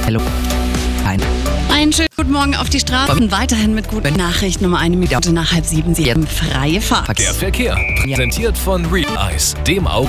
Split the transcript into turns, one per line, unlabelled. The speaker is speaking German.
Hallo.
Einen schönen guten Morgen auf die Straßen. Weiterhin mit guten Nachrichten um 1 Minute nach 6:30 freie Fahrt.
Der Verkehr, präsentiert von Real Eyes, dem Auge.